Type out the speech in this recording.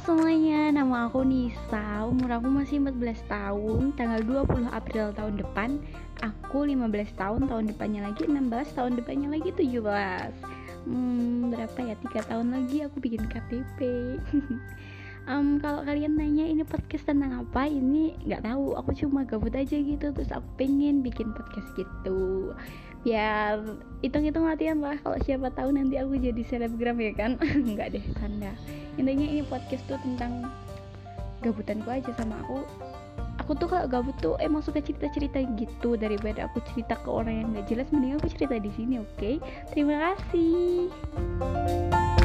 semuanya, nama aku Nisa, umur aku masih 14 tahun, tanggal 20 April tahun depan. Aku 15 tahun, tahun depannya lagi 16, tahun depannya lagi 17. Berapa ya, 3 tahun lagi aku bikin KTP. Kalau kalian nanya ini podcast tentang apa, ini nggak tahu, aku cuma gabut aja gitu, terus aku pengen bikin podcast gitu biar hitung-hitung latihan lah, kalau siapa tahu nanti aku jadi selebgram ya kan. Nggak deh, canda. Intinya ini podcast tuh tentang gabutanku aja sama aku tuh kalau gabut tuh emang suka cerita-cerita gitu, daripada aku cerita ke orang yang nggak jelas, mending aku cerita di sini. Oke, terima kasih.